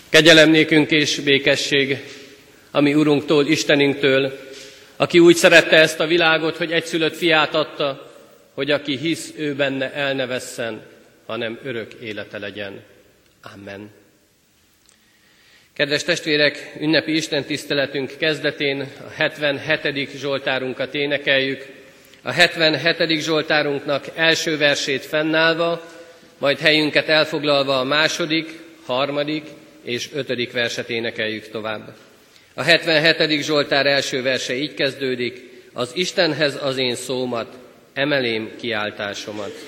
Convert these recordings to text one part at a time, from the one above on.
Kegyelem nékünk és békesség, ami Urunktól, Istenünktől, aki úgy szerette ezt a világot, hogy egyszülött fiát adta, hogy aki hisz ő benne, el ne vesszen, hanem örök élete legyen. Amen. Kedves testvérek, ünnepi istentiszteletünk kezdetén a 77. Zsoltárunkat énekeljük. A 77. Zsoltárunknak első versét fennállva, majd helyünket elfoglalva a második, harmadik és 5. verset énekeljük tovább. A 77. Zsoltár első verse így kezdődik: az Istenhez az én szómat, emelém kiáltásomat.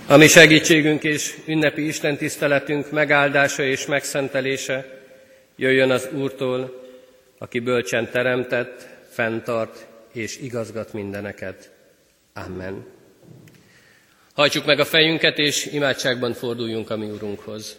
Ami segítségünk és ünnepi istentiszteletünk megáldása és megszentelése jöjjön az Úrtól, aki bölcsen teremtett, fenntart és igazgat mindeneket. Amen. Hajtsuk meg a fejünket, és imádságban forduljunk a mi Urunkhoz.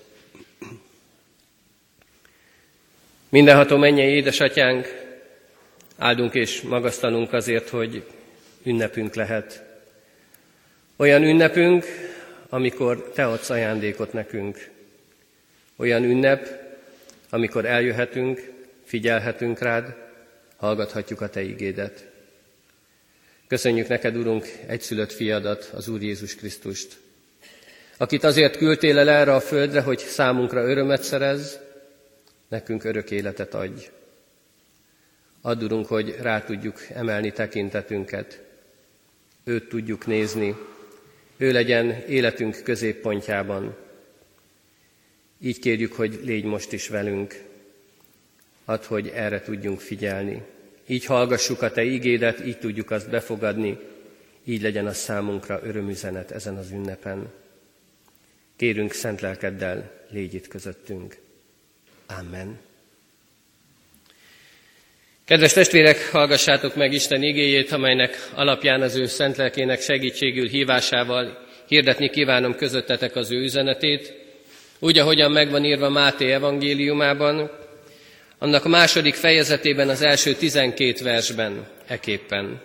Mindenható mennyei édesatyánk, áldunk és magasztalunk azért, hogy ünnepünk lehet. Olyan ünnepünk, amikor Te adsz ajándékot nekünk. Olyan ünnep, amikor eljöhetünk, figyelhetünk rád, hallgathatjuk a Te igédet. Köszönjük neked, Urunk, egyszülött fiadat, az Úr Jézus Krisztust, akit azért küldtél el erre a földre, hogy számunkra örömet szerezz, nekünk örök életet adj. Add, Urunk, hogy rá tudjuk emelni tekintetünket, őt tudjuk nézni, ő legyen életünk középpontjában. Így kérjük, hogy légy most is velünk. Add, hogy erre tudjunk figyelni. Így hallgassuk a Te igédet, így tudjuk azt befogadni, így legyen az számunkra örömüzenet ezen az ünnepen. Kérünk, szent lelkeddel, légy itt közöttünk. Amen. Kedves testvérek, hallgassátok meg Isten igéjét, amelynek alapján az ő szent lelkének segítségül hívásával hirdetni kívánom közöttetek az ő üzenetét, úgy, ahogyan megvan írva Máté evangéliumában, annak a 2. fejezetében, az első 12 versben, eképpen.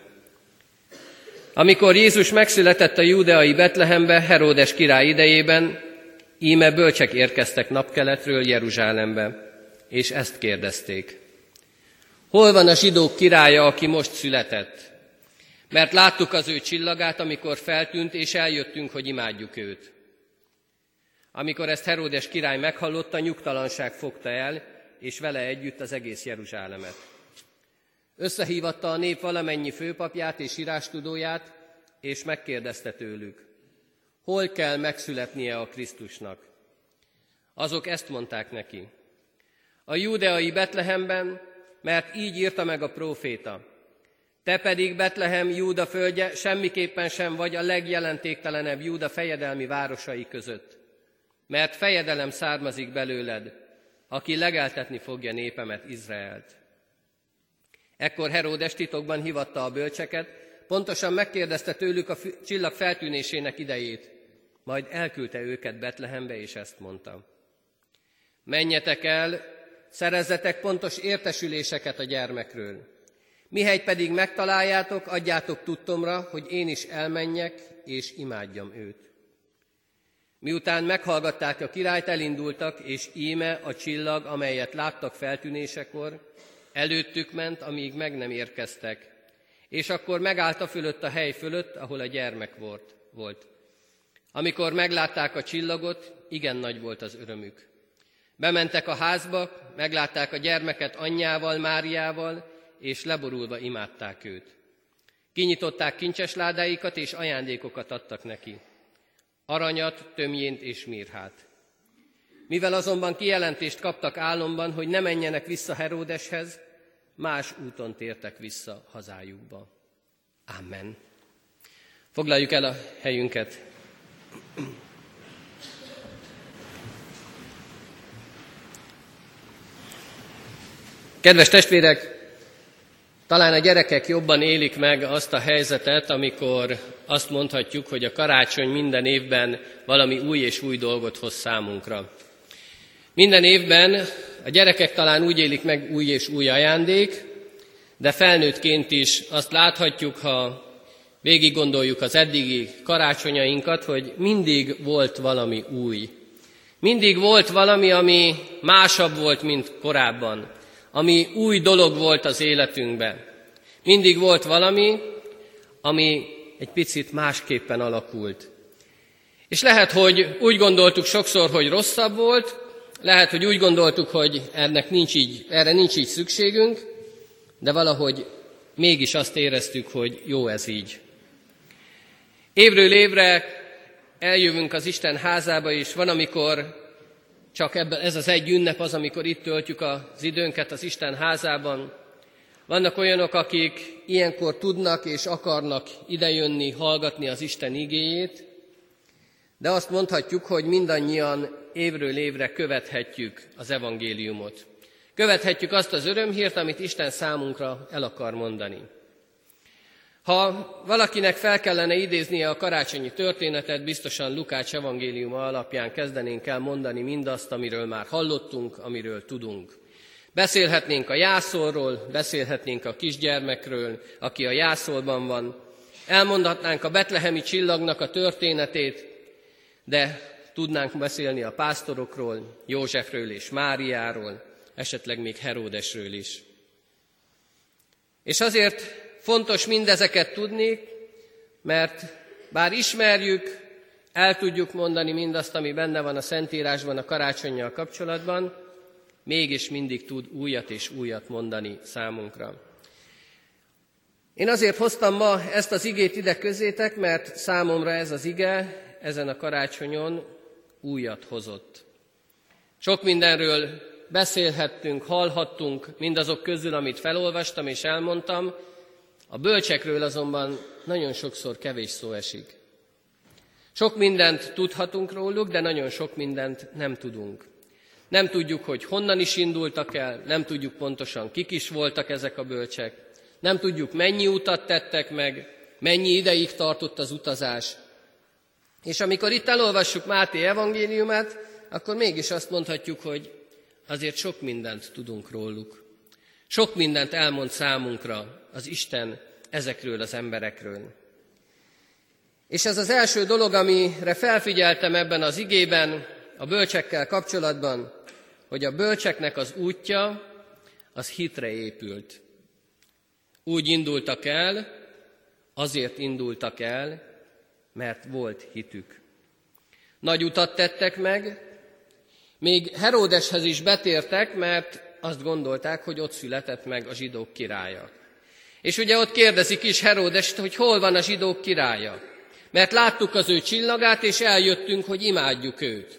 Amikor Jézus megszületett a júdeai Betlehembe, Heródes király idejében, íme bölcsek érkeztek napkeletről Jeruzsálembe, és ezt kérdezték. Hol van a zsidók királya, aki most született? Mert láttuk az ő csillagát, amikor feltűnt, és eljöttünk, hogy imádjuk őt. Amikor ezt Heródes király meghallotta, nyugtalanság fogta el, és vele együtt az egész Jeruzsálemet. Összehívatta a nép valamennyi főpapját és írástudóját, és megkérdezte tőlük, hol kell megszületnie a Krisztusnak. Azok ezt mondták neki, a júdeai Betlehemben, mert így írta meg a próféta. Te pedig, Betlehem, Júda földje, semmiképpen sem vagy a legjelentéktelenebb Júda fejedelmi városai között, mert fejedelem származik belőled, aki legeltetni fogja népemet, Izraelt. Ekkor Heródes titokban hívatta a bölcseket, pontosan megkérdezte tőlük a csillag feltűnésének idejét, majd elküldte őket Betlehembe, és ezt mondta. Menjetek el, szerezzetek pontos értesüléseket a gyermekről. Mihelyt pedig megtaláljátok, adjátok tudtomra, hogy én is elmenjek, és imádjam őt. Miután meghallgatták a királyt, elindultak, és íme a csillag, amelyet láttak feltűnésekor, előttük ment, amíg meg nem érkeztek, és akkor megállt a fölött a hely fölött, ahol a gyermek volt. Amikor meglátták a csillagot, igen nagy volt az örömük. Bementek a házba, meglátták a gyermeket anyjával, Máriával, és leborulva imádták őt. Kinyitották kincses ládáikat, és ajándékokat adtak neki. Aranyat, tömjént és mirhát. Mivel azonban kijelentést kaptak álomban, hogy ne menjenek vissza Heródeshez, más úton tértek vissza hazájukba. Amen. Foglaljuk el a helyünket. Kedves testvérek, talán a gyerekek jobban élik meg azt a helyzetet, amikor azt mondhatjuk, hogy a karácsony minden évben valami új és új dolgot hoz számunkra. Minden évben a gyerekek talán úgy élik meg új és új ajándék, de felnőttként is azt láthatjuk, ha végig gondoljuk az eddigi karácsonyainkat, hogy mindig volt valami új. Mindig volt valami, ami másabb volt, mint korábban, ami új dolog volt az életünkben. Mindig volt valami, ami egy picit másképpen alakult. És lehet, hogy úgy gondoltuk sokszor, hogy rosszabb volt, lehet, hogy úgy gondoltuk, hogy erre nincs így szükségünk, de valahogy mégis azt éreztük, hogy jó ez így. Évről évre eljövünk az Isten házába, és van, amikor csak ez az egy ünnep az, amikor itt töltjük az időnket az Isten házában. Vannak olyanok, akik ilyenkor tudnak és akarnak idejönni, hallgatni az Isten igéjét, De azt mondhatjuk, hogy mindannyian évről évre követhetjük az evangéliumot. Követhetjük azt az örömhírt, amit Isten számunkra el akar mondani. Ha valakinek fel kellene idéznie a karácsonyi történetet, biztosan Lukács evangéliuma alapján kezdenénk el mondani mindazt, amiről már hallottunk, amiről tudunk. Beszélhetnénk a jászolról, beszélhetnénk a kisgyermekről, aki a jászolban van, elmondhatnánk a betlehemi csillagnak a történetét, de tudnánk beszélni a pásztorokról, Józsefről és Máriáról, esetleg még Heródesről is. És azért fontos mindezeket tudni, mert bár ismerjük, el tudjuk mondani mindazt, ami benne van a Szentírásban a karácsonnyal kapcsolatban, mégis mindig tud újat és újat mondani számunkra. Én azért hoztam ma ezt az igét ide közétek, mert számomra ez az ige ezen a karácsonyon újat hozott. Sok mindenről beszélhettünk, hallhattunk, mindazok közül, amit felolvastam és elmondtam, a bölcsekről azonban nagyon sokszor kevés szó esik. Sok mindent tudhatunk róluk, de nagyon sok mindent nem tudunk. Nem tudjuk, hogy honnan is indultak el, nem tudjuk pontosan, kik is voltak ezek a bölcsek, nem tudjuk, mennyi utat tettek meg, mennyi ideig tartott az utazás. És amikor itt elolvassuk Máté evangéliumát, akkor mégis azt mondhatjuk, hogy azért sok mindent tudunk róluk. Sok mindent elmond számunkra az Isten ezekről az emberekről. És ez az első dolog, amire felfigyeltem ebben az igében, a bölcsekkel kapcsolatban, hogy a bölcseknek az útja, az hitre épült. Úgy indultak el, azért indultak el, mert volt hitük. Nagy utat tettek meg, még Heródeshez is betértek, mert azt gondolták, hogy ott született meg a zsidók királya. És ugye ott kérdezik is Heródest, hogy hol van a zsidók királya. Mert láttuk az ő csillagát, és eljöttünk, hogy imádjuk őt.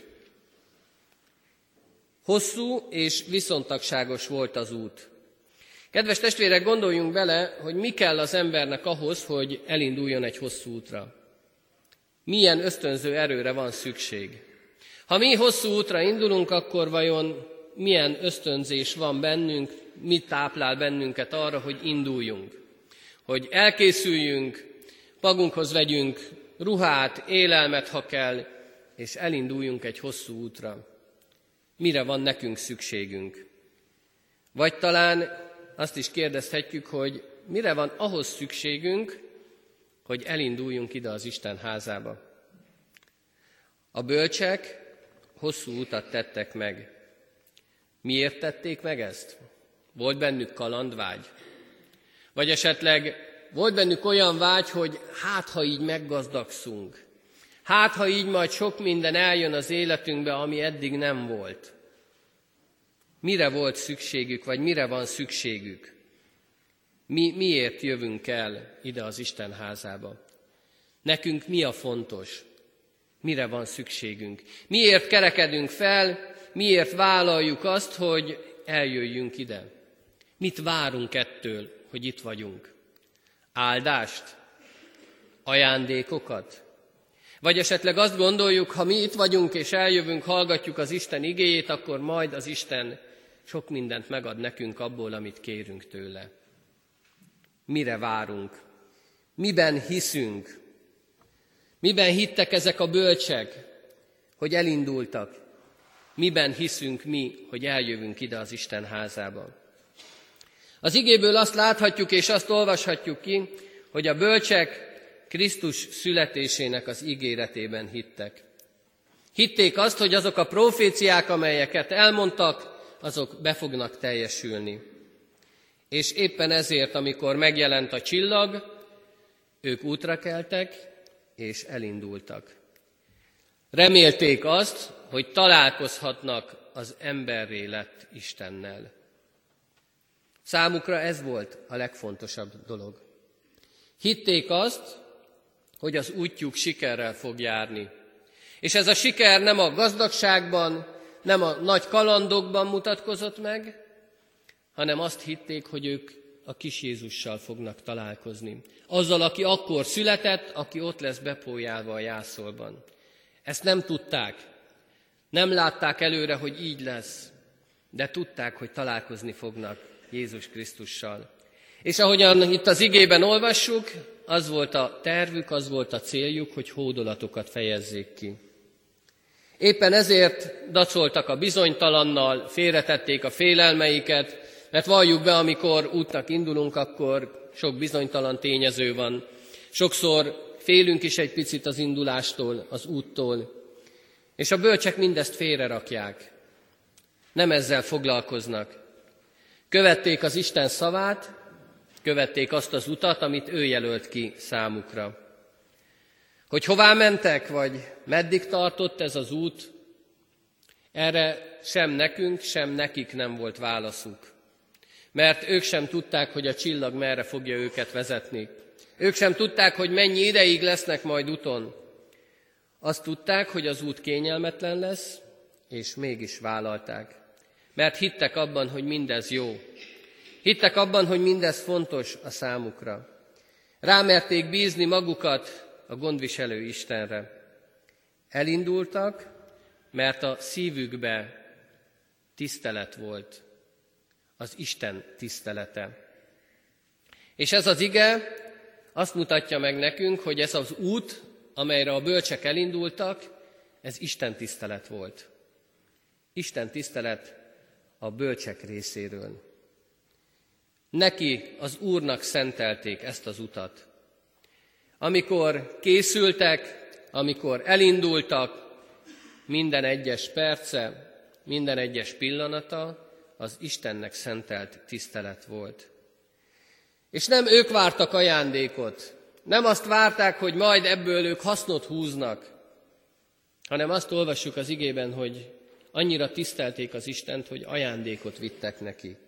Hosszú és viszontagságos volt az út. Kedves testvérek, gondoljunk bele, hogy mi kell az embernek ahhoz, hogy elinduljon egy hosszú útra. Milyen ösztönző erőre van szükség. Ha mi hosszú útra indulunk, akkor vajon milyen ösztönzés van bennünk, mit táplál bennünket arra, hogy induljunk. Hogy elkészüljünk, magunkhoz vegyünk ruhát, élelmet, ha kell, és elinduljunk egy hosszú útra. Mire van nekünk szükségünk? Vagy talán azt is kérdezhetjük, hogy mire van ahhoz szükségünk, hogy elinduljunk ide az Isten házába. A bölcsek hosszú utat tettek meg. Miért tették meg ezt? Volt bennük kalandvágy? Vagy esetleg volt bennük olyan vágy, hogy hát, ha így meggazdagszunk. Hát, ha így majd sok minden eljön az életünkbe, ami eddig nem volt. Mire volt szükségük, vagy mire van szükségük? Miért jövünk el ide az Isten házába? Nekünk mi a fontos? Mire van szükségünk? Miért kerekedünk fel? Miért vállaljuk azt, hogy eljöjjünk ide? Mit várunk ettől, hogy itt vagyunk? Áldást? Ajándékokat? Vagy esetleg azt gondoljuk, ha mi itt vagyunk és eljövünk, hallgatjuk az Isten igéjét, akkor majd az Isten sok mindent megad nekünk abból, amit kérünk tőle. Mire várunk? Miben hiszünk? Miben hittek ezek a bölcsek, hogy elindultak? Miben hiszünk mi, hogy eljövünk ide az Isten házába? Az igéből azt láthatjuk és azt olvashatjuk ki, hogy a bölcsek Krisztus születésének az ígéretében hittek. Hitték azt, hogy azok a proféciák, amelyeket elmondtak, azok be fognak teljesülni. És éppen ezért, amikor megjelent a csillag, ők útra keltek és elindultak. Remélték azt, hogy találkozhatnak az emberré lett Istennel. Számukra ez volt a legfontosabb dolog. Hitték azt, hogy az útjuk sikerrel fog járni. És ez a siker nem a gazdagságban, nem a nagy kalandokban mutatkozott meg, hanem azt hitték, hogy ők a kis Jézussal fognak találkozni. Azzal, aki akkor született, aki ott lesz bepójálva a jászolban. Ezt nem tudták. Nem látták előre, hogy így lesz, de tudták, hogy találkozni fognak Jézus Krisztussal. És ahogyan itt az igében olvassuk, az volt a tervük, az volt a céljuk, hogy hódolatokat fejezzék ki. Éppen ezért dacoltak a bizonytalannal, félretették a félelmeiket, mert valljuk be, amikor útnak indulunk, akkor sok bizonytalan tényező van. Sokszor félünk is egy picit az indulástól, az úttól, és a bölcsek mindezt félrerakják. Nem ezzel foglalkoznak. Követték az Isten szavát, követték azt az utat, amit ő jelölt ki számukra. Hogy hová mentek, vagy meddig tartott ez az út, erre sem nekünk, sem nekik nem volt válaszuk. Mert ők sem tudták, hogy a csillag merre fogja őket vezetni. Ők sem tudták, hogy mennyi ideig lesznek majd úton. Azt tudták, hogy az út kényelmetlen lesz, és mégis vállalták. Mert hittek abban, hogy mindez jó. Hittek abban, hogy mindez fontos a számukra. Rámerték bízni magukat a gondviselő Istenre. Elindultak, mert a szívükbe tisztelet volt, az Isten tisztelete. És ez az ige azt mutatja meg nekünk, hogy ez az út, amelyre a bölcsek elindultak, ez Isten tisztelet volt. Isten tisztelet a bölcsek részéről. Neki, az Úrnak szentelték ezt az utat. Amikor készültek, amikor elindultak, minden egyes perce, minden egyes pillanata az Istennek szentelt tisztelet volt. És nem ők vártak ajándékot, nem azt várták, hogy majd ebből ők hasznot húznak, hanem azt olvassuk az igében, hogy annyira tisztelték az Istent, hogy ajándékot vittek neki.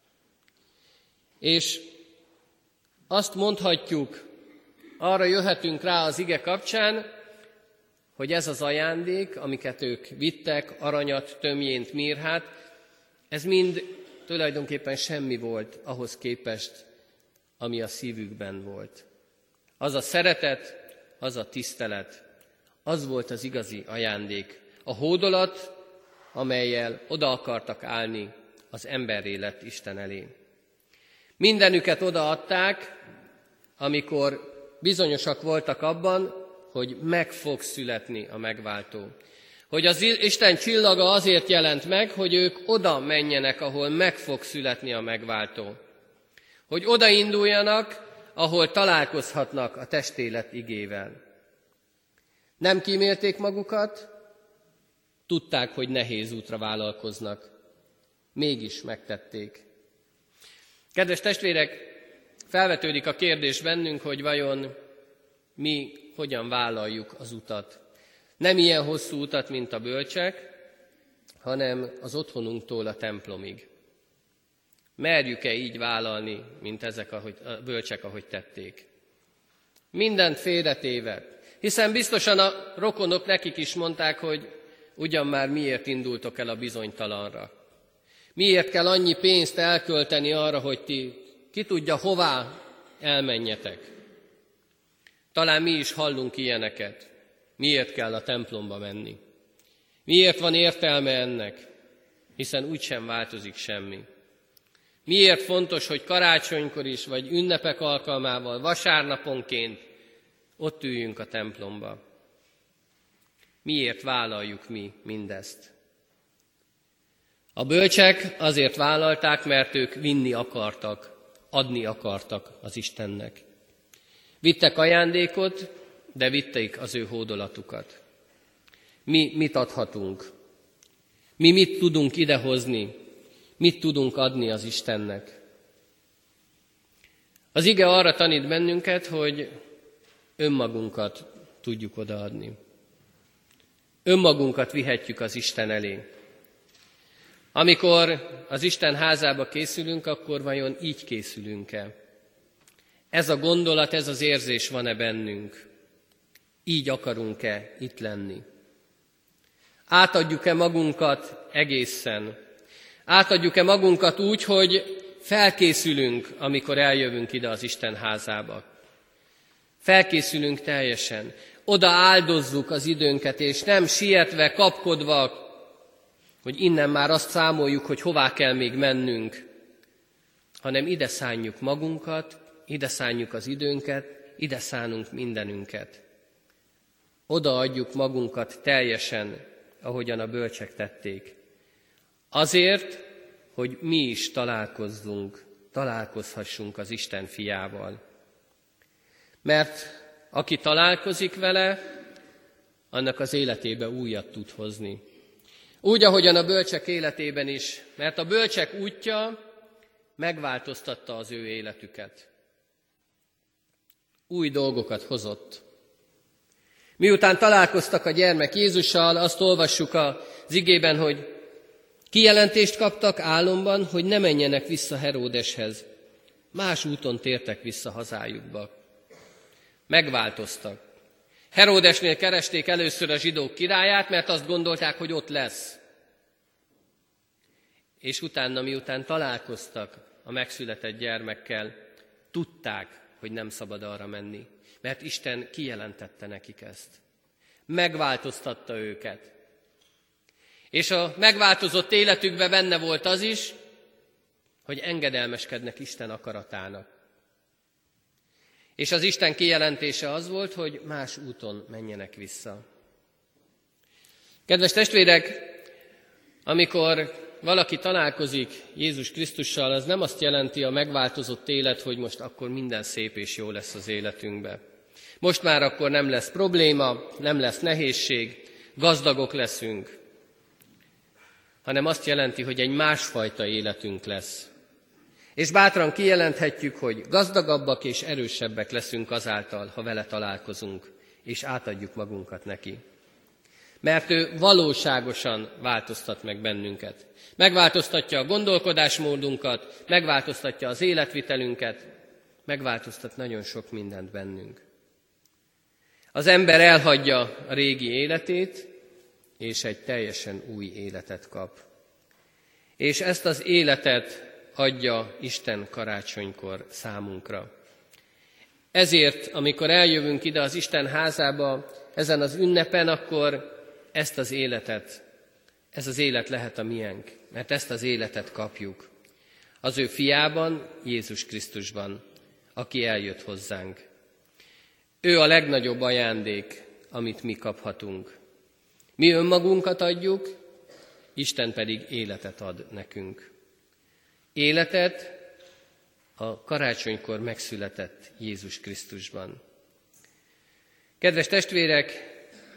És azt mondhatjuk, arra jöhetünk rá az ige kapcsán, hogy ez az ajándék, amiket ők vittek, aranyat, tömjént, mirhát, ez mind tulajdonképpen semmi volt ahhoz képest, ami a szívükben volt. Az a szeretet, az a tisztelet, az volt az igazi ajándék. A hódolat, amellyel oda akartak állni az emberré lett Isten elé. Mindenüket odaadták, amikor bizonyosak voltak abban, hogy meg fog születni a megváltó. Hogy az Isten csillaga azért jelent meg, hogy ők oda menjenek, ahol meg fog születni a megváltó. Hogy oda induljanak, ahol találkozhatnak a testélet igével. Nem kímélték magukat, tudták, hogy nehéz útra vállalkoznak. Mégis megtették. Kedves testvérek, felvetődik a kérdés bennünk, hogy vajon mi hogyan vállaljuk az utat. Nem ilyen hosszú utat, mint a bölcsek, hanem az otthonunktól a templomig. Merjük-e így vállalni, mint ezek a bölcsek, ahogy tették? Mindent félretéve, hiszen biztosan a rokonok nekik is mondták, hogy ugyan már miért indultok el a bizonytalanra. Miért kell annyi pénzt elkölteni arra, hogy ti ki tudja hová elmenjetek. Talán mi is hallunk ilyeneket. Miért kell a templomba menni? Miért van értelme ennek? Hiszen úgysem változik semmi. Miért fontos, hogy karácsonykor is, vagy ünnepek alkalmával, vasárnaponként ott üljünk a templomba? Miért vállaljuk mi mindezt? A bölcsek azért vállalták, mert ők vinni akartak, adni akartak az Istennek. Vittek ajándékot, de vitték az ő hódolatukat. Mi mit adhatunk? Mi mit tudunk idehozni? Mit tudunk adni az Istennek? Az ige arra tanít bennünket, hogy önmagunkat tudjuk odaadni. Önmagunkat vihetjük az Isten elé. Amikor az Isten házába készülünk, akkor vajon így készülünk-e? Ez a gondolat, ez az érzés van-e bennünk? Így akarunk-e itt lenni? Átadjuk-e magunkat egészen? Átadjuk-e magunkat úgy, hogy felkészülünk, amikor eljövünk ide az Isten házába? Felkészülünk teljesen. oda áldozzuk az időnket, és nem sietve, kapkodva, hogy innen már azt számoljuk, hogy hová kell még mennünk, hanem ide szánjuk magunkat, ide szánjuk az időnket, ide szánunk mindenünket. Odaadjuk magunkat teljesen, ahogyan a bölcsek tették. Azért, hogy mi is találkozhassunk az Isten fiával. Mert aki találkozik vele, annak az életébe újat tud hozni. Úgy, ahogyan a bölcsek életében is, mert a bölcsek útja megváltoztatta az ő életüket. Új dolgokat hozott. Miután találkoztak a gyermek Jézussal, azt olvassuk az igében, hogy kijelentést kaptak álomban, hogy ne menjenek vissza Heródeshez. Más úton tértek vissza hazájukba. Megváltoztak. Heródesnél keresték először a zsidók királyát, mert azt gondolták, hogy ott lesz. És utána, miután találkoztak a megszületett gyermekkel, tudták, hogy nem szabad arra menni, mert Isten kijelentette nekik ezt. Megváltoztatta őket. És a megváltozott életükben benne volt az is, hogy engedelmeskednek Isten akaratának. És az Isten kijelentése az volt, hogy más úton menjenek vissza. Kedves testvérek, amikor valaki találkozik Jézus Krisztussal, az nem azt jelenti a megváltozott élet, hogy most akkor minden szép és jó lesz az életünkben. Most már akkor nem lesz probléma, nem lesz nehézség, gazdagok leszünk, hanem azt jelenti, hogy egy másfajta életünk lesz. És bátran kijelenthetjük, hogy gazdagabbak és erősebbek leszünk azáltal, ha vele találkozunk, és átadjuk magunkat neki. Mert ő valóságosan változtat meg bennünket. Megváltoztatja a gondolkodásmódunkat, megváltoztatja az életvitelünket, megváltoztat nagyon sok mindent bennünk. Az ember elhagyja a régi életét, és egy teljesen új életet kap. És ezt az életet adja Isten karácsonykor számunkra. Ezért, amikor eljövünk ide az Isten házába ezen az ünnepen, akkor ezt az életet, ez az élet lehet a miénk, mert ezt az életet kapjuk. Az ő fiában, Jézus Krisztusban, aki eljött hozzánk. Ő a legnagyobb ajándék, amit mi kaphatunk. Mi önmagunkat adjuk, Isten pedig életet ad nekünk. Életet a karácsonykor megszületett Jézus Krisztusban. Kedves testvérek,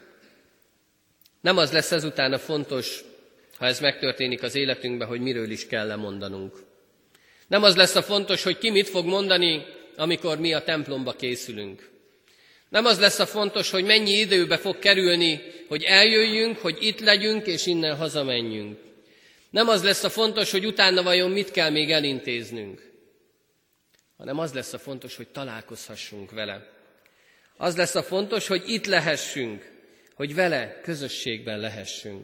nem az lesz ezután a fontos, ha ez megtörténik az életünkben, hogy miről is kell lemondanunk. Nem az lesz a fontos, hogy ki mit fog mondani, amikor mi a templomba készülünk. Nem az lesz a fontos, hogy mennyi időbe fog kerülni, hogy eljöjjünk, hogy itt legyünk, és innen hazamenjünk. Nem az lesz a fontos, hogy utána vajon mit kell még elintéznünk, hanem az lesz a fontos, hogy találkozhassunk vele. Az lesz a fontos, hogy itt lehessünk, hogy vele közösségben lehessünk.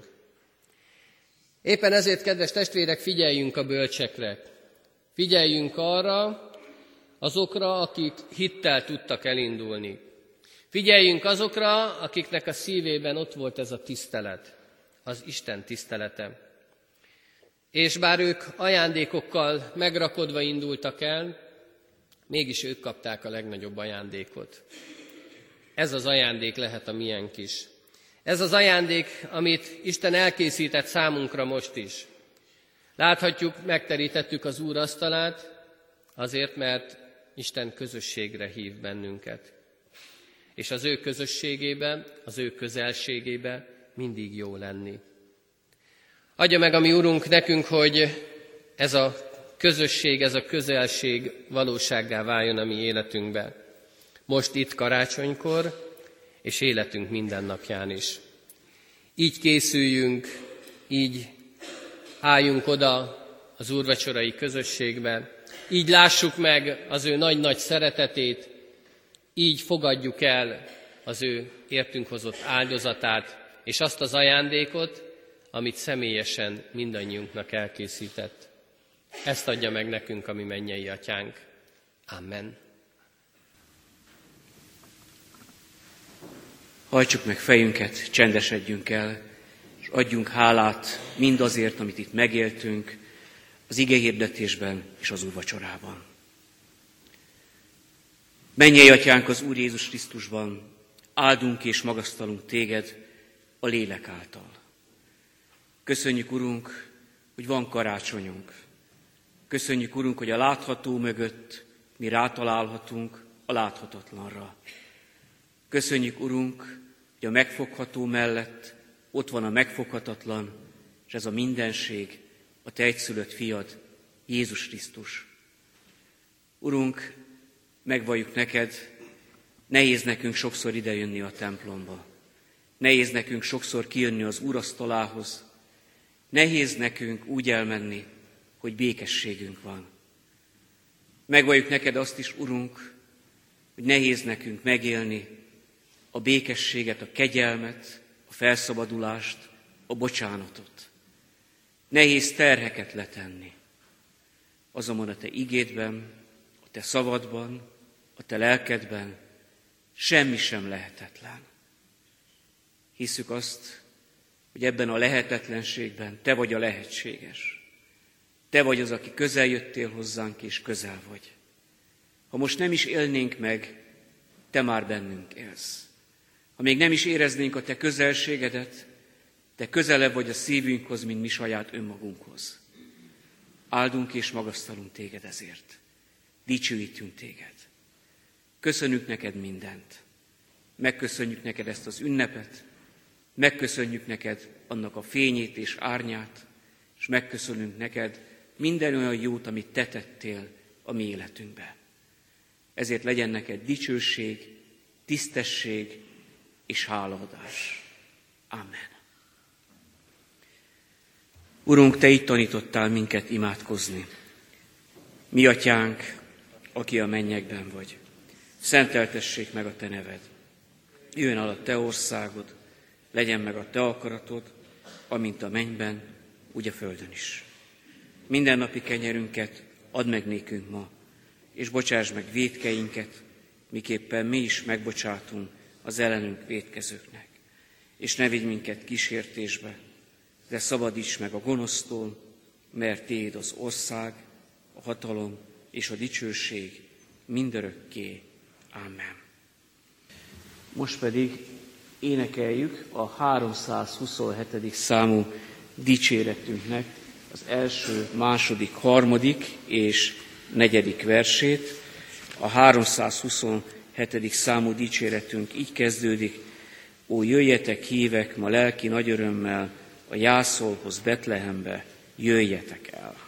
Éppen ezért, kedves testvérek, figyeljünk a bölcsekre. Figyeljünk arra, azokra, akik hittel tudtak elindulni. Figyeljünk azokra, akiknek a szívében ott volt ez a tisztelet, az Isten tisztelete. És bár ők ajándékokkal megrakodva indultak el, mégis ők kapták a legnagyobb ajándékot. Ez az ajándék lehet a miénk is. Ez az ajándék, amit Isten elkészített számunkra most is. Láthatjuk, megterítettük az Úr asztalát, azért, mert Isten közösségre hív bennünket. És az ő közösségében, az ő közelségében mindig jó lenni. Adja meg a mi Urunk nekünk, hogy ez a közösség, ez a közelség valósággá váljon a mi életünkbe. Most itt karácsonykor, és életünk mindennapján is. Így készüljünk, így álljunk oda az úrvacsorai közösségbe, így lássuk meg az ő nagy-nagy szeretetét, így fogadjuk el az ő értünk hozott áldozatát, és azt az ajándékot, amit személyesen mindannyiunknak elkészített. Ezt adja meg nekünk a mi mennyei Atyánk. Amen. Hajtsuk meg fejünket, csendesedjünk el, és adjunk hálát mindazért, amit itt megéltünk, az igehirdetésben és az úrvacsorában. Mennyei Atyánk az Úr Jézus Krisztusban, áldunk és magasztalunk téged a lélek által. Köszönjük, Urunk, hogy van karácsonyunk. Köszönjük, Urunk, hogy a látható mögött mi rátalálhatunk a láthatatlanra. Köszönjük, Urunk, hogy a megfogható mellett ott van a megfoghatatlan, és ez a mindenség, a te egyszülött fiad, Jézus Krisztus. Urunk, megvalljuk neked, nehéz nekünk sokszor idejönni a templomba. Nehéz nekünk sokszor kijönni az úrasztalához. Nehéz nekünk úgy elmenni, hogy békességünk van. Megvalljuk neked azt is, Urunk, hogy nehéz nekünk megélni a békességet, a kegyelmet, a felszabadulást, a bocsánatot. Nehéz terheket letenni. Azonban a te igédben, a te szavadban, a te lelkedben semmi sem lehetetlen. Hisszük azt, hogy ebben a lehetetlenségben te vagy a lehetséges. Te vagy az, aki közel jöttél hozzánk, és közel vagy. Ha most nem is élnénk meg, te már bennünk élsz. Ha még nem is éreznénk a te közelségedet, te közelebb vagy a szívünkhoz, mint mi saját önmagunkhoz. Áldunk és magasztalunk téged ezért. Dicsőítünk téged. Köszönjük neked mindent. Megköszönjük neked ezt az ünnepet, megköszönjük neked annak a fényét és árnyát, és megköszönünk neked minden olyan jót, amit te tettél a mi életünkbe. Ezért legyen neked dicsőség, tisztesség és hálaadás. Amen. Urunk, te így tanítottál minket imádkozni. Mi atyánk, aki a mennyekben vagy, szenteltessék meg a te neved. Jöjjön el a te országod, legyen meg a te akaratod, amint a mennyben, úgy a földön is. Mindennapi kenyerünket add meg nékünk ma, és bocsáss meg vétkeinket, miképpen mi is megbocsátunk az ellenünk vétkezőknek. És ne vigy minket kísértésbe, de szabadíts meg a gonosztól, mert tiéd az ország, a hatalom és a dicsőség mindörökké. Amen. Most pedig énekeljük a 327. számú dicséretünknek az első, második, harmadik és negyedik versét. A 327. számú dicséretünk így kezdődik: Ó, jöjjetek hívek ma lelki nagy örömmel, a jászolhoz, Betlehembe, jöjjetek el!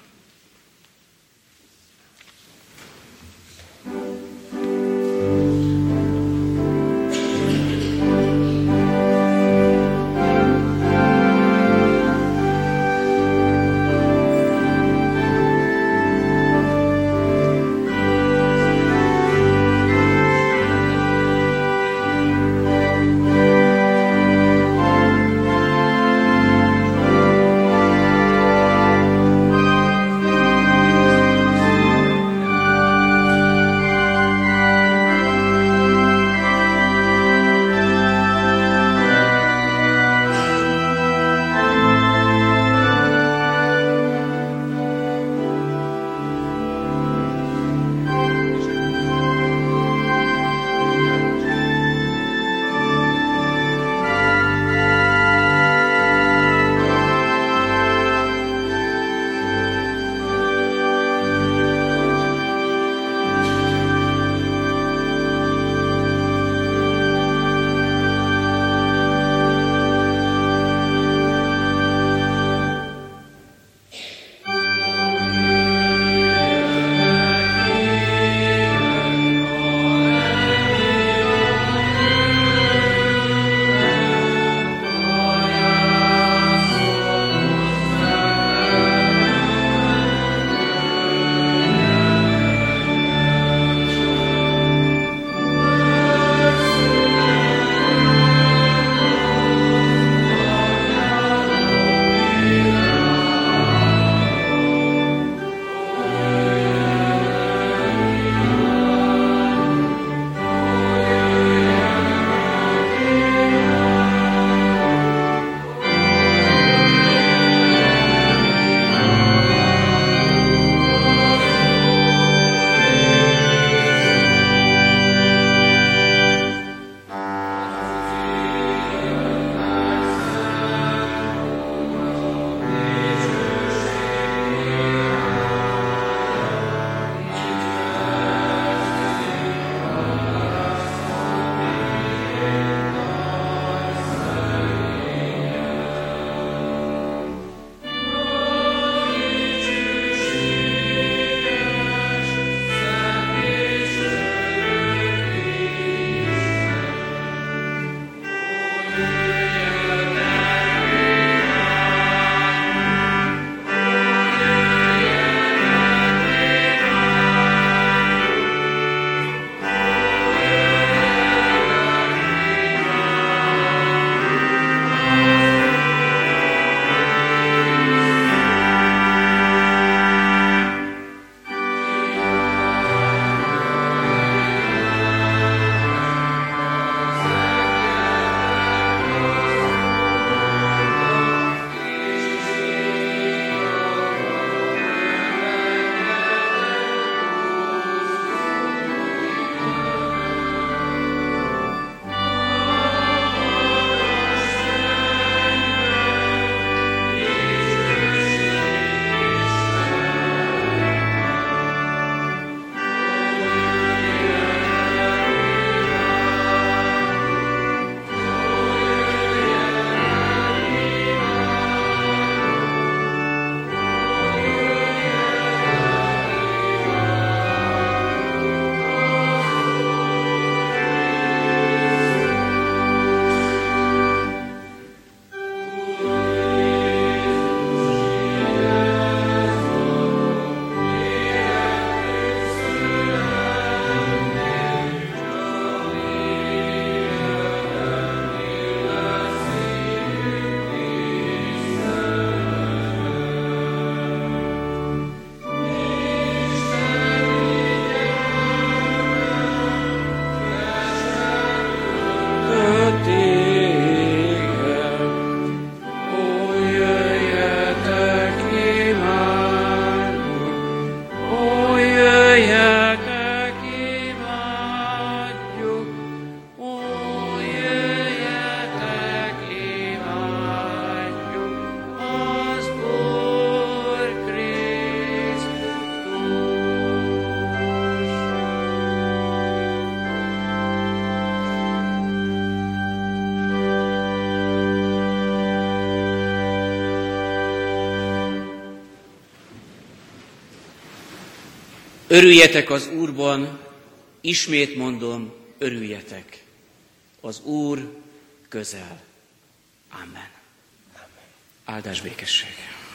Örüljetek az Úrban, ismét mondom, örüljetek. Az Úr közel. Amen. Áldás békesség.